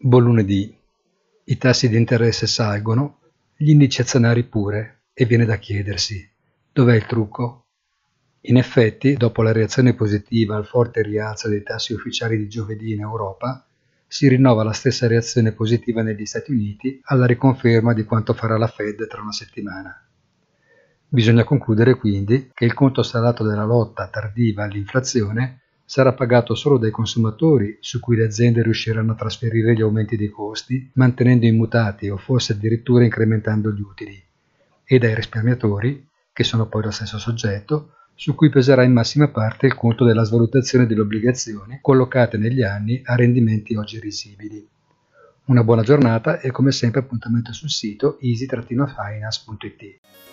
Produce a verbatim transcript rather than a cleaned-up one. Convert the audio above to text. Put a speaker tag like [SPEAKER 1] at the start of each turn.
[SPEAKER 1] Buon lunedì. I tassi di interesse salgono, gli indici azionari pure, e viene da chiedersi: dov'è il trucco? In effetti, dopo la reazione positiva al forte rialzo dei tassi ufficiali di giovedì in Europa, si rinnova la stessa reazione positiva negli Stati Uniti alla riconferma di quanto farà la Fed tra una settimana. Bisogna concludere quindi che il conto salato della lotta tardiva all'inflazione sarà pagato solo dai consumatori, su cui le aziende riusciranno a trasferire gli aumenti dei costi, mantenendo immutati o forse addirittura incrementando gli utili, e dai risparmiatori, che sono poi lo stesso soggetto, su cui peserà in massima parte il conto della svalutazione delle obbligazioni collocate negli anni a rendimenti oggi risibili. Una buona giornata e come sempre appuntamento sul sito easy finance punto it.